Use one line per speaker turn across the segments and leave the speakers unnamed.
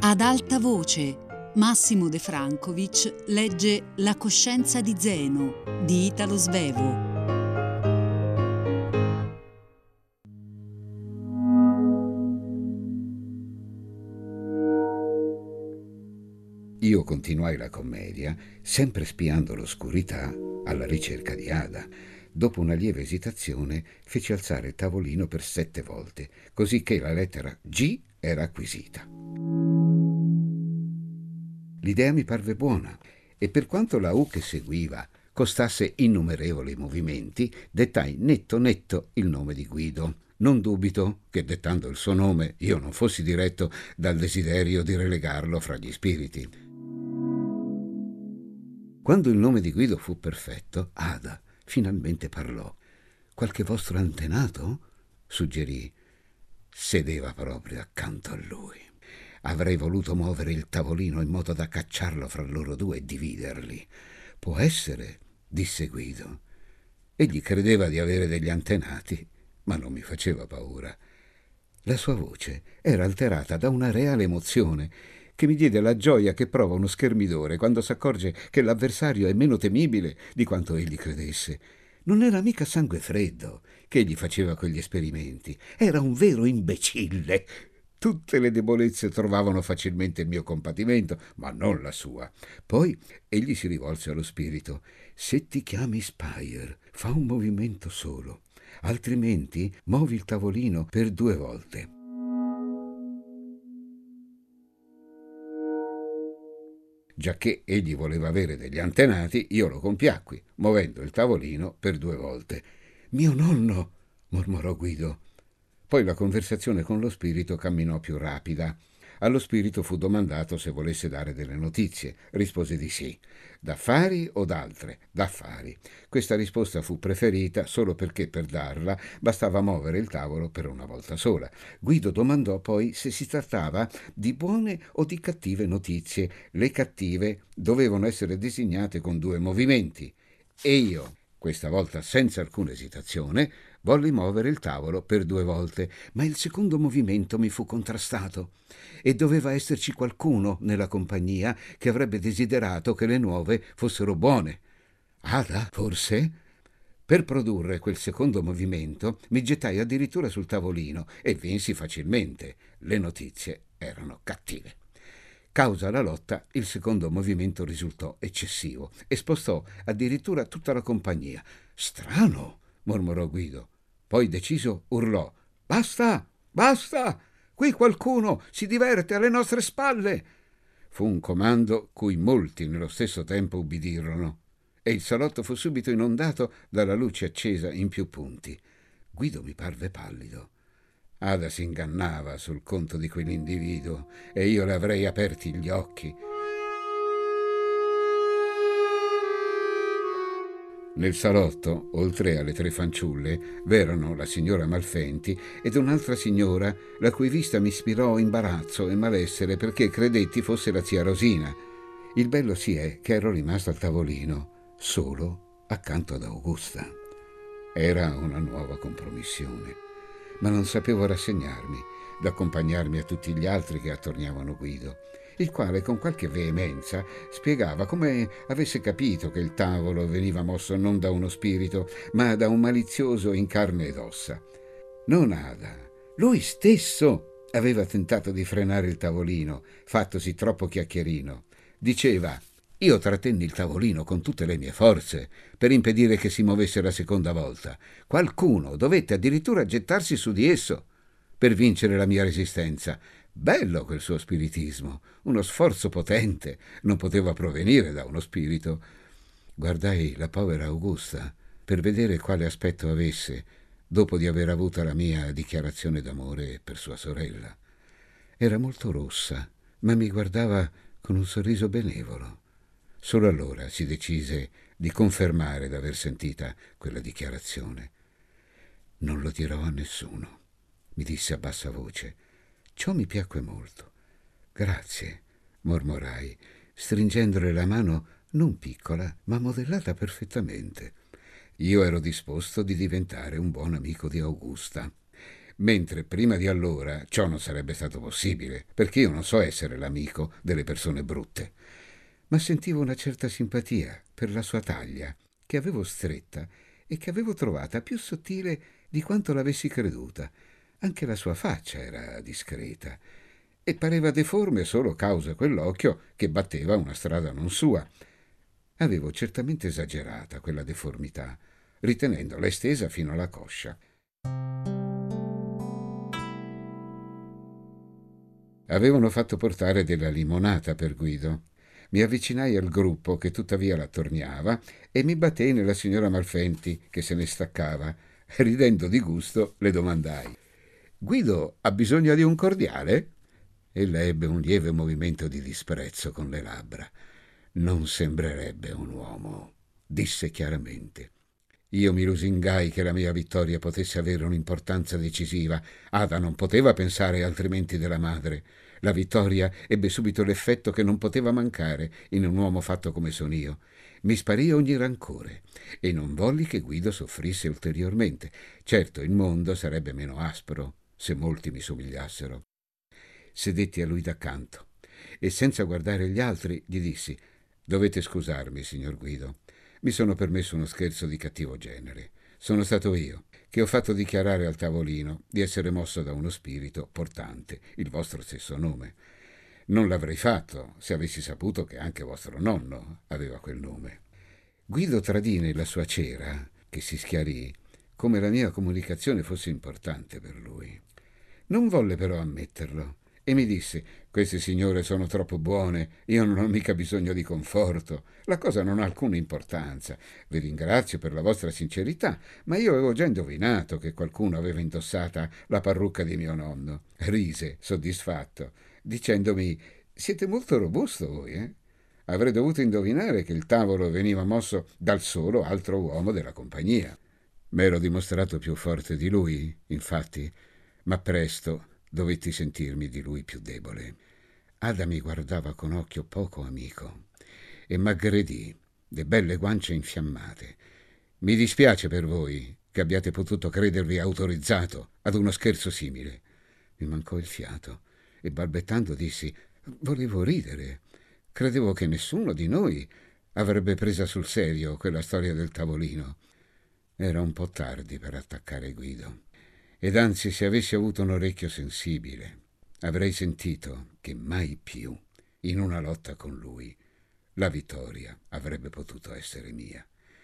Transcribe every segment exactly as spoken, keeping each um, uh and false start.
Ad alta voce, Massimo De Francovic legge La coscienza di Zeno di Italo Svevo.
Io continuai la commedia, sempre spiando l'oscurità alla ricerca di Ada. Dopo una lieve esitazione, feci alzare il tavolino per sette volte, così che la lettera G era acquisita. L'idea mi parve buona, e per quanto la U che seguiva costasse innumerevoli movimenti, dettai netto netto il nome di Guido. Non dubito che, dettando il suo nome, io non fossi diretto dal desiderio di relegarlo fra gli spiriti. Quando il nome di Guido fu perfetto, Ada finalmente parlò. «Qualche vostro antenato?» suggerì. Sedeva proprio accanto a lui. Avrei voluto muovere il tavolino in modo da cacciarlo fra loro due e dividerli. «Può essere», disse Guido. Egli credeva di avere degli antenati, ma non mi faceva paura. La sua voce era alterata da una reale emozione che mi diede la gioia che prova uno schermidore quando s'accorge che l'avversario è meno temibile di quanto egli credesse. Non era mica sangue freddo che egli faceva quegli esperimenti, era un vero imbecille. Tutte le debolezze trovavano facilmente il mio compatimento, ma non la sua. Poi egli si rivolse allo spirito. «Se ti chiami Spire, fa un movimento solo, altrimenti muovi il tavolino per due volte». Giacché egli voleva avere degli antenati, io lo compiacqui, muovendo il tavolino per due volte. «Mio nonno!» mormorò Guido. Poi la conversazione con lo spirito camminò più rapida. Allo spirito fu domandato se volesse dare delle notizie. Rispose di sì. «D'affari o d'altre?» «D'affari». Questa risposta fu preferita solo perché per darla bastava muovere il tavolo per una volta sola. Guido domandò poi se si trattava di buone o di cattive notizie. Le cattive dovevano essere designate con due movimenti. E io, questa volta senza alcuna esitazione, volli muovere il tavolo per due volte, ma il secondo movimento mi fu contrastato e doveva esserci qualcuno nella compagnia che avrebbe desiderato che le nuove fossero buone. Ada, forse? Per produrre quel secondo movimento mi gettai addirittura sul tavolino e vinsi facilmente. Le notizie erano cattive. Causa la lotta, il secondo movimento risultò eccessivo e spostò addirittura tutta la compagnia. «Strano!» mormorò Guido. Poi deciso urlò: «Basta! Basta! Qui qualcuno si diverte alle nostre spalle!» Fu un comando cui molti nello stesso tempo ubbidirono e il salotto fu subito inondato dalla luce accesa in più punti. Guido mi parve pallido. Ada si ingannava sul conto di quell'individuo e io le avrei aperti gli occhi. Nel salotto, oltre alle tre fanciulle, v'erano la signora Malfenti ed un'altra signora la cui vista mi ispirò imbarazzo e malessere perché credetti fosse la zia Rosina. Il bello si è che ero rimasto al tavolino, solo accanto ad Augusta. Era una nuova compromissione, ma non sapevo rassegnarmi d'accompagnarmi a tutti gli altri che attorniavano Guido, il quale con qualche veemenza spiegava come avesse capito che il tavolo veniva mosso non da uno spirito, ma da un malizioso in carne ed ossa. Non Ada, lui stesso aveva tentato di frenare il tavolino, fattosi troppo chiacchierino. Diceva: «Io trattenni il tavolino con tutte le mie forze per impedire che si muovesse la seconda volta. Qualcuno dovette addirittura gettarsi su di esso per vincere la mia resistenza». Bello quel suo spiritismo, uno sforzo potente, non poteva provenire da uno spirito. Guardai la povera Augusta per vedere quale aspetto avesse dopo di aver avuto la mia dichiarazione d'amore per sua sorella. Era molto rossa, ma mi guardava con un sorriso benevolo. Solo allora si decise di confermare d'aver sentita quella dichiarazione. «Non lo dirò a nessuno», mi disse a bassa voce. Ciò mi piacque molto. «Grazie», mormorai, stringendole la mano non piccola, ma modellata perfettamente. Io ero disposto di diventare un buon amico di Augusta. mentre prima di allora ciò non sarebbe stato possibile, perché io non so essere l'amico delle persone brutte. Ma sentivo una certa simpatia per la sua taglia, che avevo stretta e che avevo trovata più sottile di quanto l'avessi creduta. Anche la sua faccia era discreta e pareva deforme solo causa quell'occhio che batteva una strada non sua. Avevo certamente esagerata quella deformità, ritenendola estesa fino alla coscia. Avevano fatto portare della limonata per Guido. Mi avvicinai al gruppo che tuttavia l'attorniava e mi battei nella signora Malfenti che se ne staccava. Ridendo di gusto le domandai: «Guido ha bisogno di un cordiale?» Ella ebbe un lieve movimento di disprezzo con le labbra. «Non sembrerebbe un uomo», disse chiaramente. Io mi lusingai che la mia vittoria potesse avere un'importanza decisiva. Ada non poteva pensare altrimenti della madre. La vittoria ebbe subito l'effetto che non poteva mancare in un uomo fatto come son io. Mi sparì ogni rancore e non volli che Guido soffrisse ulteriormente. Certo, il mondo sarebbe meno aspro se molti mi somigliassero. Sedetti a lui d'accanto e senza guardare gli altri gli dissi: «Dovete scusarmi, signor Guido. Mi sono permesso uno scherzo di cattivo genere. Sono stato io che ho fatto dichiarare al tavolino di essere mosso da uno spirito portante il vostro stesso nome. Non l'avrei fatto se avessi saputo che anche vostro nonno aveva quel nome». Guido tradì nella sua cera, che si schiarì, come la mia comunicazione fosse importante per lui. Non volle però ammetterlo e mi disse: «Queste signore sono troppo buone, io non ho mica bisogno di conforto, la cosa non ha alcuna importanza. Vi ringrazio per la vostra sincerità, ma io avevo già indovinato che qualcuno aveva indossata la parrucca di mio nonno». Rise soddisfatto, dicendomi: «Siete molto robusto voi, eh? Avrei dovuto indovinare che il tavolo veniva mosso dal solo altro uomo della compagnia». M'ero dimostrato più forte di lui, infatti, ma presto dovetti sentirmi di lui più debole. Ada mi guardava con occhio poco amico e m'aggredì, le belle guance infiammate. «Mi dispiace per voi che abbiate potuto credervi autorizzato ad uno scherzo simile». Mi mancò il fiato e balbettando dissi: «Volevo ridere. Credevo che nessuno di noi avrebbe presa sul serio quella storia del tavolino». Era un po' tardi per attaccare Guido. Ed anzi, se avessi avuto un orecchio sensibile, avrei sentito che mai più, in una lotta con lui, la vittoria avrebbe potuto essere mia.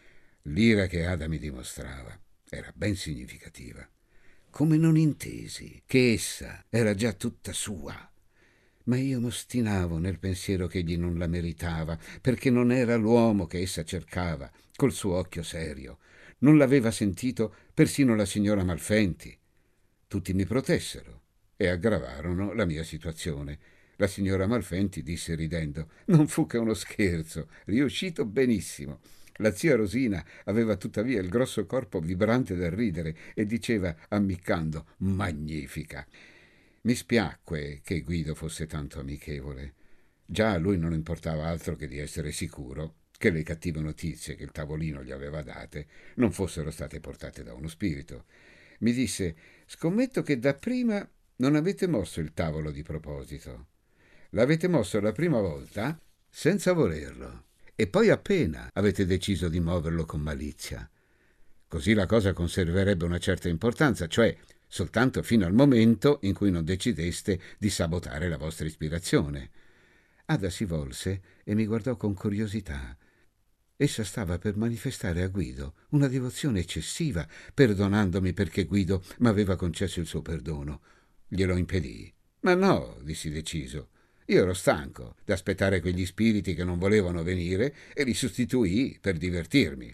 L'ira che Ada mi dimostrava era ben significativa. Come non intesi che essa era già tutta sua? Ma io m'ostinavo nel pensiero che egli non la meritava, perché non era l'uomo che essa cercava, col suo occhio serio. Non l'aveva sentito persino la signora Malfenti. Tutti mi protessero e aggravarono la mia situazione. La signora Malfenti disse ridendo: «Non fu che uno scherzo, riuscito benissimo». La zia Rosina aveva tuttavia il grosso corpo vibrante dal ridere e diceva ammiccando: «Magnifica». Mi spiacque che Guido fosse tanto amichevole. Già a lui non importava altro che di essere sicuro che le cattive notizie che il tavolino gli aveva date non fossero state portate da uno spirito. Mi disse: «Scommetto che dapprima non avete mosso il tavolo di proposito. L'avete mosso la prima volta senza volerlo e poi appena avete deciso di muoverlo con malizia. Così la cosa conserverebbe una certa importanza, cioè soltanto fino al momento in cui non decideste di sabotare la vostra ispirazione». Ada si volse e mi guardò con curiosità. Essa stava per manifestare a Guido una devozione eccessiva, perdonandomi perché Guido m'aveva concesso il suo perdono. Glielo impedii. «Ma no», dissi deciso. «Io ero stanco d'aspettare quegli spiriti che non volevano venire e li sostituii per divertirmi».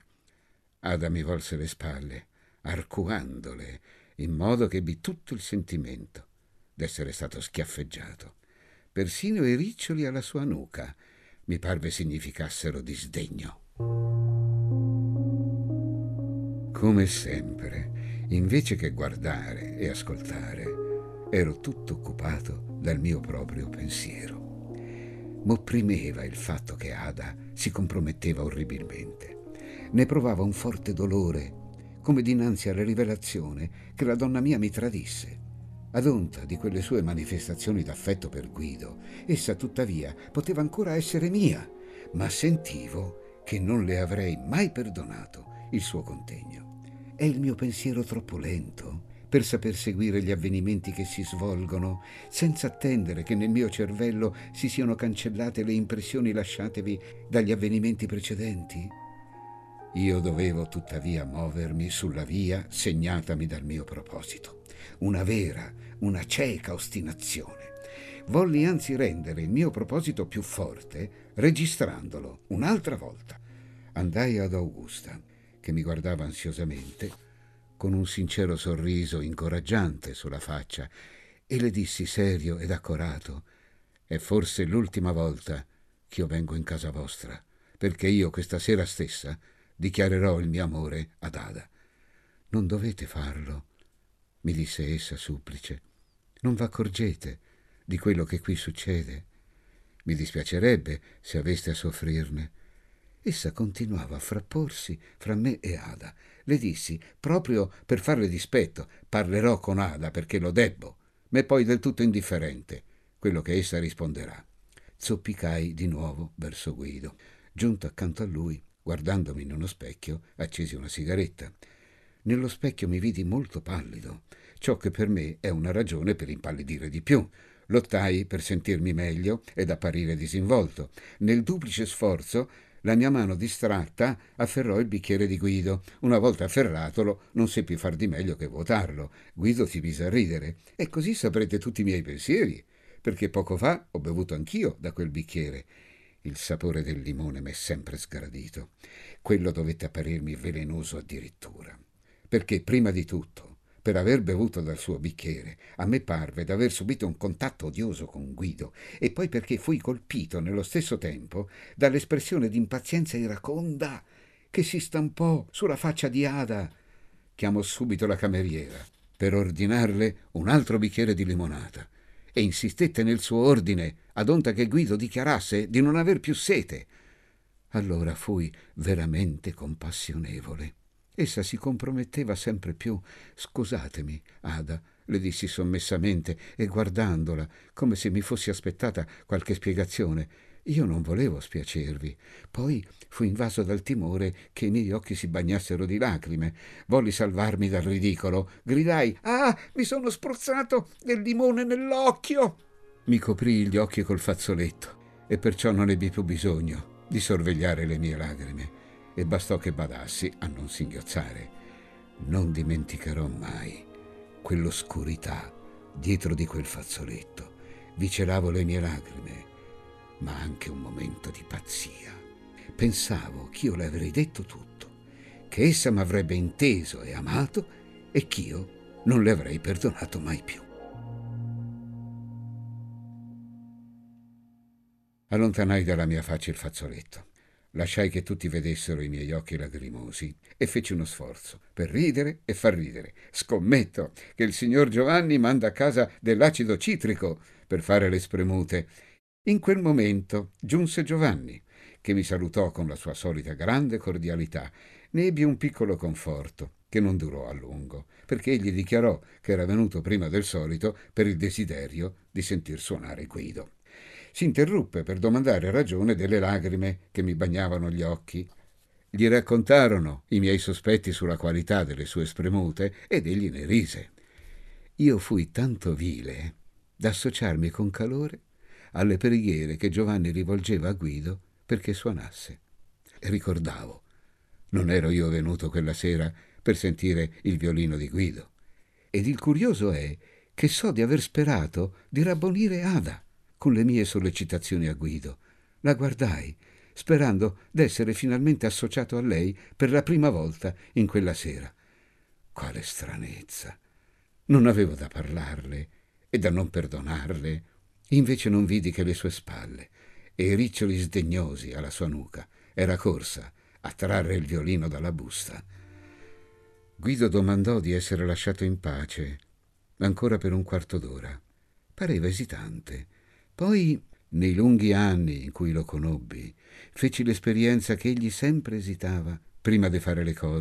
Ada mi volse le spalle, arcuandole, in modo che ebbi tutto il sentimento d'essere stato schiaffeggiato. Persino i riccioli alla sua nuca mi parve significassero disdegno. Come sempre, invece che guardare e ascoltare, ero tutto occupato dal mio proprio pensiero. M'opprimeva il fatto che Ada si comprometteva orribilmente. Ne provava un forte dolore, come dinanzi alla rivelazione che la donna mia mi tradisse. Ad onta di quelle sue manifestazioni d'affetto per Guido, essa tuttavia poteva ancora essere mia, ma sentivo che non le avrei mai perdonato il suo contegno. È il mio pensiero troppo lento per saper seguire gli avvenimenti che si svolgono senza attendere che nel mio cervello si siano cancellate le impressioni lasciatevi dagli avvenimenti precedenti? Io dovevo tuttavia muovermi sulla via segnatami dal mio proposito, una vera, una cieca ostinazione. Volli anzi rendere il mio proposito più forte registrandolo un'altra volta. Andai ad Augusta, che mi guardava ansiosamente, con un sincero sorriso incoraggiante sulla faccia, e le dissi serio ed accorato: «È forse l'ultima volta che io vengo in casa vostra, perché io questa sera stessa dichiarerò il mio amore ad Ada». «Non dovete farlo», mi disse essa supplice. «Non v'accorgete di quello che qui succede? Mi dispiacerebbe se aveste a soffrirne». Essa continuava a frapporsi fra me e Ada. Le dissi, proprio per farle dispetto: «Parlerò con Ada perché lo debbo», ma è poi del tutto indifferente quello che essa risponderà. Zoppicai di nuovo verso Guido. Giunto accanto a lui, guardandomi in uno specchio, accesi una sigaretta. Nello specchio mi vidi molto pallido, ciò che per me è una ragione per impallidire di più. Lottai per sentirmi meglio ed apparire disinvolto. Nel duplice sforzo la mia mano distratta afferrò il bicchiere di Guido. Una volta afferratolo non seppi far di meglio che vuotarlo. Guido si mise a ridere. E così saprete tutti i miei pensieri, perché poco fa ho bevuto anch'io da quel bicchiere. Il sapore del limone m'è sempre sgradito. Quello dovette apparirmi velenoso addirittura, perché prima di tutto, per aver bevuto dal suo bicchiere, a me parve d'aver subito un contatto odioso con Guido, e poi perché fui colpito nello stesso tempo dall'espressione d'impazienza iraconda che si stampò sulla faccia di Ada. Chiamò subito la cameriera per ordinarle un altro bicchiere di limonata e insistette nel suo ordine ad onta che Guido dichiarasse di non aver più sete. Allora fui veramente compassionevole. Essa si comprometteva sempre più. «Scusatemi, Ada», le dissi sommessamente e guardandola come se mi fossi aspettata qualche spiegazione. Io non volevo spiacervi. Poi fui invaso dal timore che i miei occhi si bagnassero di lacrime. Volli salvarmi dal ridicolo. Gridai: «Ah, mi sono spruzzato del limone nell'occhio!» Mi coprii gli occhi col fazzoletto e perciò non ebbi più bisogno di sorvegliare le mie lacrime, e bastò che badassi a non singhiozzare. Non dimenticherò mai quell'oscurità dietro di quel fazzoletto. Vi celavo le mie lacrime, ma anche un momento di pazzia. Pensavo ch'io le avrei detto tutto, che essa m'avrebbe inteso e amato e ch'io non le avrei perdonato mai più. Allontanai dalla mia faccia il fazzoletto. Lasciai che tutti vedessero i miei occhi lagrimosi e feci uno sforzo per ridere e far ridere. Scommetto che il signor Giovanni manda a casa dell'acido citrico per fare le spremute. In quel momento giunse Giovanni, che mi salutò con la sua solita grande cordialità. Ne ebbi un piccolo conforto, che non durò a lungo, perché egli dichiarò che era venuto prima del solito per il desiderio di sentir suonare Guido. Si interruppe per domandare ragione delle lagrime che mi bagnavano gli occhi. Gli raccontarono i miei sospetti sulla qualità delle sue spremute ed egli ne rise. Io fui tanto vile da associarmi con calore alle preghiere che Giovanni rivolgeva a Guido perché suonasse. E ricordavo, non ero io venuto quella sera per sentire il violino di Guido. Ed il curioso è che so di aver sperato di rabbonire Ada con le mie sollecitazioni a Guido. La guardai, sperando d'essere finalmente associato a lei per la prima volta in quella sera. Quale stranezza! Non avevo da parlarle e da non perdonarle. Invece non vidi che le sue spalle e i riccioli sdegnosi alla sua nuca. Era corsa a trarre il violino dalla busta. Guido domandò di essere lasciato in pace ancora per un quarto d'ora. Pareva esitante. Poi, nei lunghi anni in cui lo conobbi, feci l'esperienza che egli sempre esitava prima di fare le cose,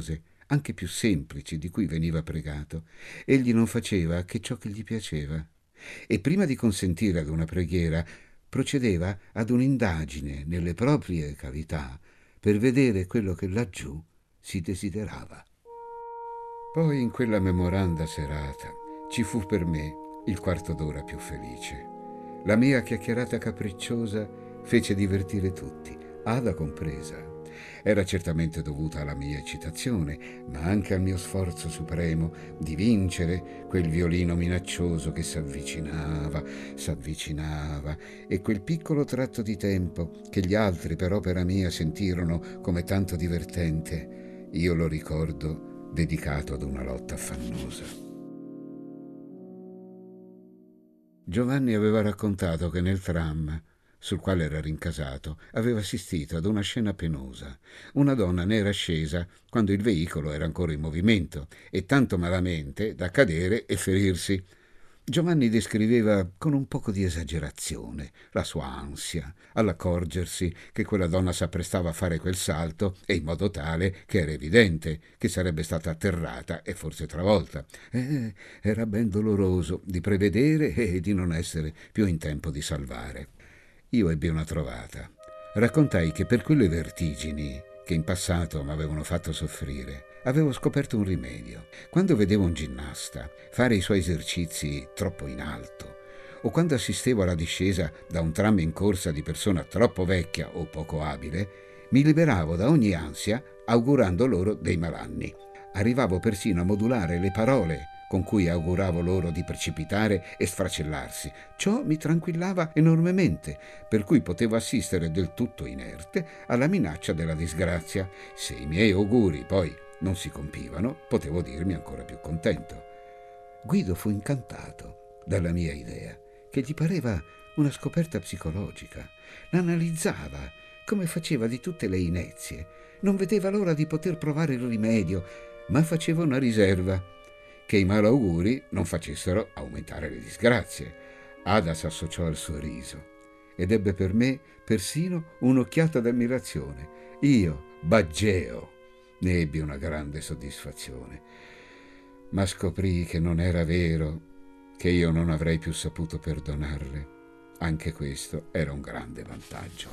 anche più semplici di cui veniva pregato. Egli non faceva che ciò che gli piaceva e prima di consentire ad una preghiera procedeva ad un'indagine nelle proprie cavità per vedere quello che laggiù si desiderava. Poi in quella memoranda serata ci fu per me il quarto d'ora più felice. La mia chiacchierata capricciosa fece divertire tutti, Ada compresa. Era certamente dovuta alla mia eccitazione, ma anche al mio sforzo supremo di vincere quel violino minaccioso che s'avvicinava, s'avvicinava, e quel piccolo tratto di tempo che gli altri per opera mia sentirono come tanto divertente, io lo ricordo dedicato ad una lotta affannosa. Giovanni aveva raccontato che nel tram sul quale era rincasato aveva assistito ad una scena penosa. Una donna ne era scesa quando il veicolo era ancora in movimento e tanto malamente da cadere e ferirsi. Giovanni descriveva con un poco di esagerazione la sua ansia all'accorgersi che quella donna s'apprestava a fare quel salto e in modo tale che era evidente che sarebbe stata atterrata e forse travolta. Eh, era ben doloroso di prevedere e di non essere più in tempo di salvare. Io ebbi una trovata. Raccontai che per quelle vertigini che in passato mi avevano fatto soffrire avevo scoperto un rimedio. Quando vedevo un ginnasta fare i suoi esercizi troppo in alto, o quando assistevo alla discesa da un tram in corsa di persona troppo vecchia o poco abile, mi liberavo da ogni ansia augurando loro dei malanni. Arrivavo persino a modulare le parole con cui auguravo loro di precipitare e sfracellarsi. Ciò mi tranquillava enormemente, per cui potevo assistere del tutto inerte alla minaccia della disgrazia. Se i miei auguri poi non si compivano, potevo dirmi ancora più contento. Guido fu incantato dalla mia idea, che gli pareva una scoperta psicologica. L'analizzava come faceva di tutte le inezie. Non vedeva l'ora di poter provare il rimedio, ma faceva una riserva: che i malauguri non facessero aumentare le disgrazie. Ada s'associò al suo riso ed ebbe per me persino un'occhiata d'ammirazione. Io, Baggeo, ne ebbi una grande soddisfazione, ma scoprì che non era vero, che io non avrei più saputo perdonarle. Anche questo era un grande vantaggio.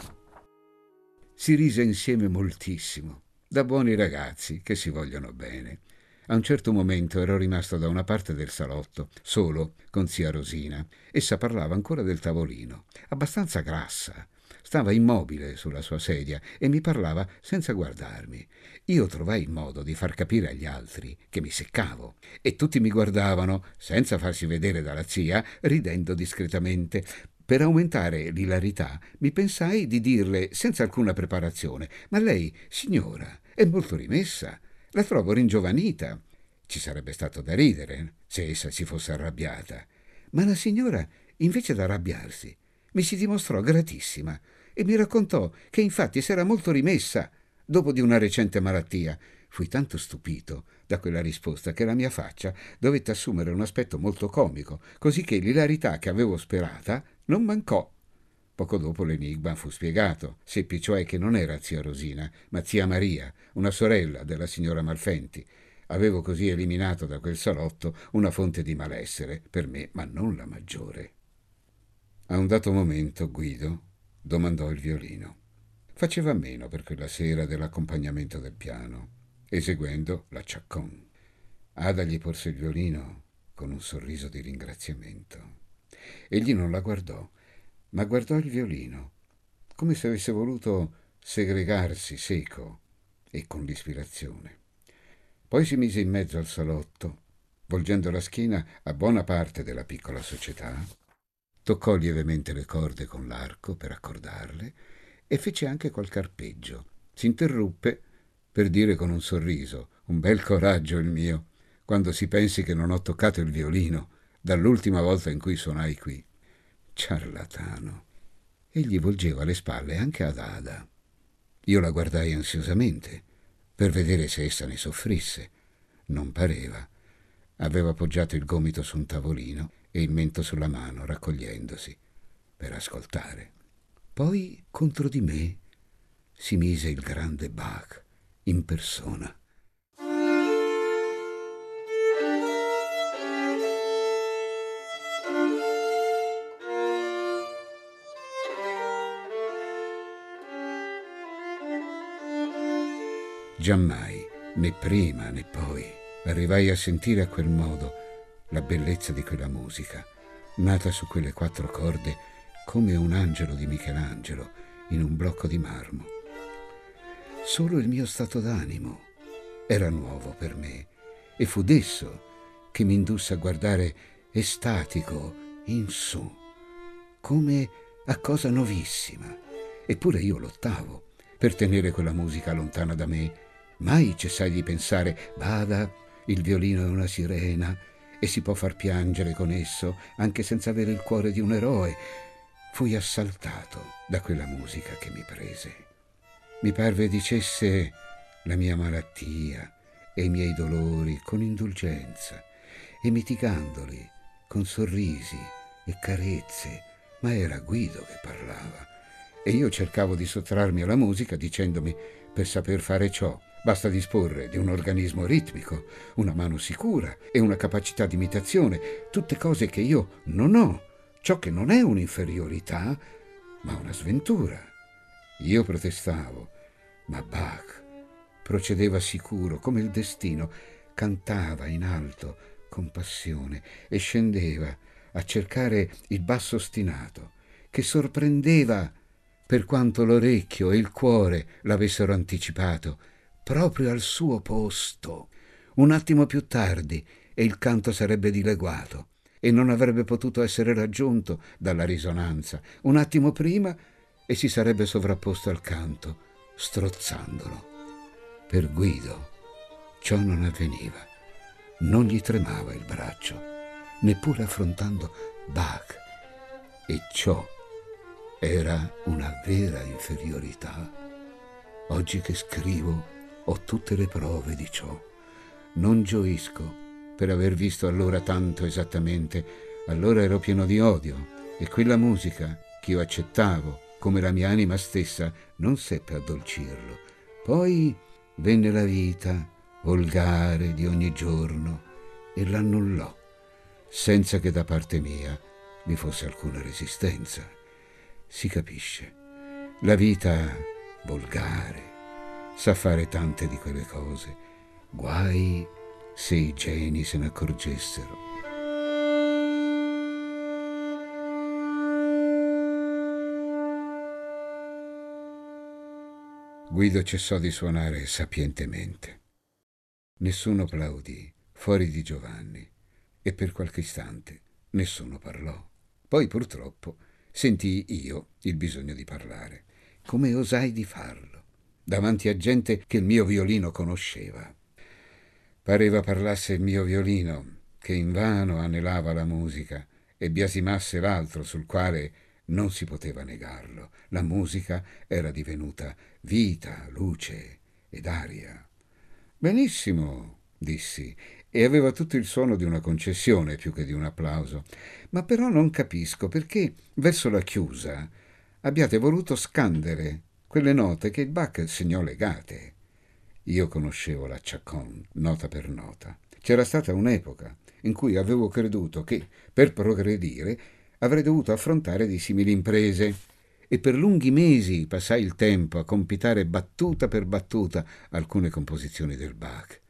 Si rise insieme moltissimo, da buoni ragazzi che si vogliono bene. A un certo momento ero rimasto da una parte del salotto, solo con zia Rosina. Essa parlava ancora del tavolino, abbastanza grassa. Stava immobile sulla sua sedia e mi parlava senza guardarmi. Io trovai il modo di far capire agli altri che mi seccavo e tutti mi guardavano, senza farsi vedere dalla zia, ridendo discretamente. Per aumentare l'ilarità mi pensai di dirle senza alcuna preparazione: «Ma lei, signora, è molto rimessa. La trovo ringiovanita». Ci sarebbe stato da ridere se essa si fosse arrabbiata, ma la signora, invece d'arrabbiarsi, mi si dimostrò gratissima e mi raccontò che infatti s'era molto rimessa dopo di una recente malattia. Fui tanto stupito da quella risposta che la mia faccia dovette assumere un aspetto molto comico, così che l'ilarità che avevo sperata non mancò. Poco dopo l'enigma fu spiegato. Seppi cioè che non era zia Rosina, ma zia Maria, una sorella della signora Malfenti. Avevo così eliminato da quel salotto una fonte di malessere per me, ma non la maggiore. A un dato momento Guido domandò il violino. Faceva a meno per quella sera dell'accompagnamento del piano, eseguendo la chaconne. Ada gli porse il violino con un sorriso di ringraziamento. Egli non la guardò, ma guardò il violino, come se avesse voluto segregarsi seco e con l'ispirazione. Poi si mise in mezzo al salotto, volgendo la schiena a buona parte della piccola società, toccò lievemente le corde con l'arco per accordarle e fece anche qualche arpeggio. Si interruppe per dire con un sorriso: «Un bel coraggio il mio, quando si pensi che non ho toccato il violino dall'ultima volta in cui suonai qui». Ciarlatano. Egli volgeva le spalle anche ad Ada. Io la guardai ansiosamente per vedere se essa ne soffrisse. Non pareva. Aveva appoggiato il gomito su un tavolino e il mento sulla mano, raccogliendosi per ascoltare. Poi contro di me si mise il grande Bach in persona. giammai, né prima né poi, arrivai a sentire a quel modo la bellezza di quella musica, nata su quelle quattro corde come un angelo di Michelangelo in un blocco di marmo. Solo il mio stato d'animo era nuovo per me e fu d'esso che mi indusse a guardare estatico in su, come a cosa novissima. Eppure io lottavo per tenere quella musica lontana da me. Mai cessai di pensare: bada, il violino è una sirena e si può far piangere con esso anche senza avere il cuore di un eroe. Fui assaltato da quella musica che mi prese. Mi parve dicesse la mia malattia e i miei dolori con indulgenza e mitigandoli con sorrisi e carezze, ma era Guido che parlava e io cercavo di sottrarmi alla musica dicendomi: per saper fare ciò basta disporre di un organismo ritmico, una mano sicura e una capacità di imitazione, tutte cose che io non ho, ciò che non è un'inferiorità ma una sventura. Io protestavo, ma Bach procedeva sicuro come il destino, cantava in alto con passione e scendeva a cercare il basso ostinato che sorprendeva per quanto l'orecchio e il cuore l'avessero anticipato proprio al suo posto. Un attimo più tardi e il canto sarebbe dileguato e non avrebbe potuto essere raggiunto dalla risonanza. Un attimo prima e si sarebbe sovrapposto al canto, strozzandolo. Per Guido ciò non avveniva. Non gli tremava il braccio, neppure affrontando Bach. E ciò era una vera inferiorità. Oggi che scrivo ho tutte le prove di ciò. Non gioisco per aver visto allora tanto esattamente. Allora ero pieno di odio e quella musica che io accettavo come la mia anima stessa non seppe addolcirlo. Poi venne la vita volgare di ogni giorno e l'annullò, senza che da parte mia vi fosse alcuna resistenza. Si capisce, la vita volgare sa fare tante di quelle cose, guai se i geni se ne accorgessero. Guido cessò di suonare sapientemente. Nessuno plaudì, fuori di Giovanni, e per qualche istante nessuno parlò. Poi purtroppo sentii io il bisogno di parlare. Come osai di farlo, davanti a gente che il mio violino conosceva. Pareva parlasse il mio violino, che invano anelava la musica e biasimasse l'altro sul quale non si poteva negarlo. La musica era divenuta vita, luce ed aria. Benissimo, dissi, e aveva tutto il suono di una concessione più che di un applauso. Ma però non capisco perché, verso la chiusa, abbiate voluto scandere quelle note che il Bach segnò legate. Io conoscevo la chaconne, nota per nota. C'era stata un'epoca in cui avevo creduto che, per progredire, avrei dovuto affrontare di simili imprese e per lunghi mesi passai il tempo a compitare battuta per battuta alcune composizioni del Bach.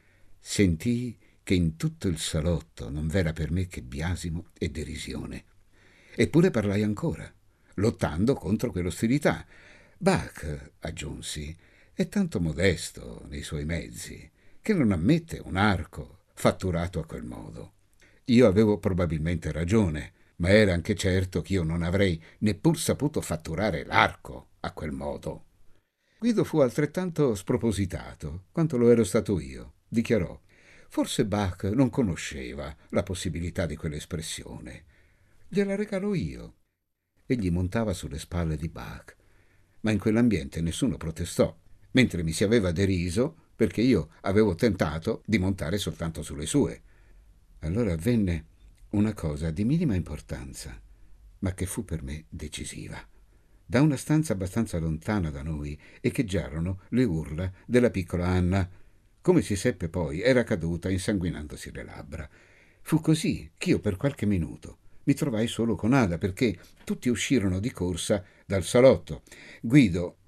Sentii che in tutto il salotto non v'era per me che biasimo e derisione. Eppure parlai ancora, lottando contro quell'ostilità. Bach, aggiunsi, è tanto modesto nei suoi mezzi che non ammette un arco fatturato a quel modo. Io avevo probabilmente ragione, ma era anche certo che io non avrei neppur saputo fatturare l'arco a quel modo. Guido fu altrettanto spropositato quanto lo ero stato io. Dichiarò: forse Bach non conosceva la possibilità di quell'espressione. Gliela regalo io. Egli montava sulle spalle di Bach, ma in quell'ambiente nessuno protestò, mentre mi si aveva deriso perché io avevo tentato di montare soltanto sulle sue. Allora avvenne una cosa di minima importanza, ma che fu per me decisiva. Da una stanza abbastanza lontana da noi echeggiarono le urla della piccola Anna. Come si seppe poi, era caduta insanguinandosi le labbra. Fu così che io per qualche minuto mi trovai solo con Ada, perché tutti uscirono di corsa dal salotto. Guido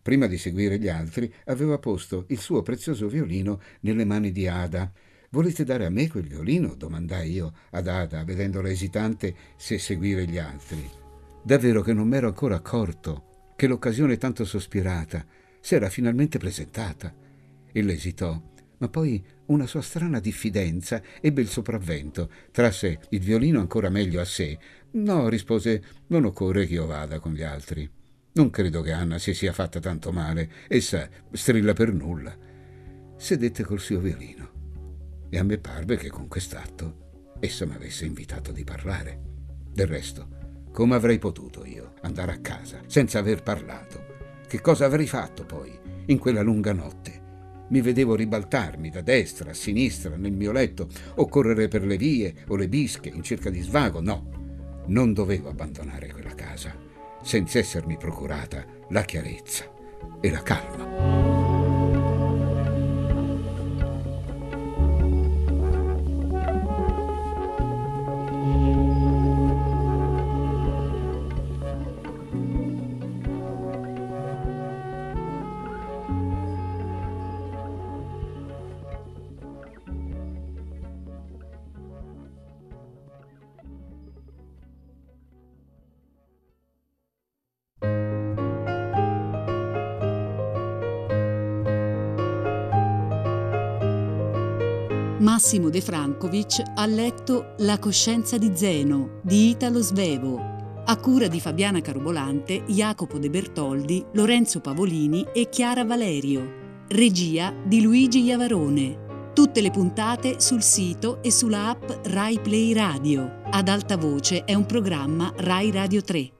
prima di seguire gli altri, aveva posto il suo prezioso violino nelle mani di Ada. «Volete dare a me quel violino?» domandai io ad Ada, vedendola esitante se seguire gli altri. Davvero che non m'ero ancora accorto che l'occasione tanto sospirata s'era finalmente presentata. Ella esitò, ma poi una sua strana diffidenza ebbe il sopravvento. Trasse il violino ancora meglio a sé. «No», rispose, «non occorre che io vada con gli altri. Non credo che Anna si sia fatta tanto male. Essa strilla per nulla». Sedette col suo violino e a me parve che con quest'atto essa mi avesse invitato di parlare. Del resto, come avrei potuto io andare a casa senza aver parlato? Che cosa avrei fatto poi in quella lunga notte? Mi vedevo ribaltarmi da destra a sinistra nel mio letto o correre per le vie o le bische in cerca di svago. No, non dovevo abbandonare quella casa senza essermi procurata la chiarezza e la calma.
Massimo De Francovic ha letto La coscienza di Zeno di Italo Svevo, a cura di Fabiana Carobolante, Jacopo De Bertoldi, Lorenzo Pavolini e Chiara Valerio. Regia di Luigi Iavarone. Tutte le puntate sul sito e sulla app Rai Play Radio. Ad alta voce è un programma Rai Radio tre.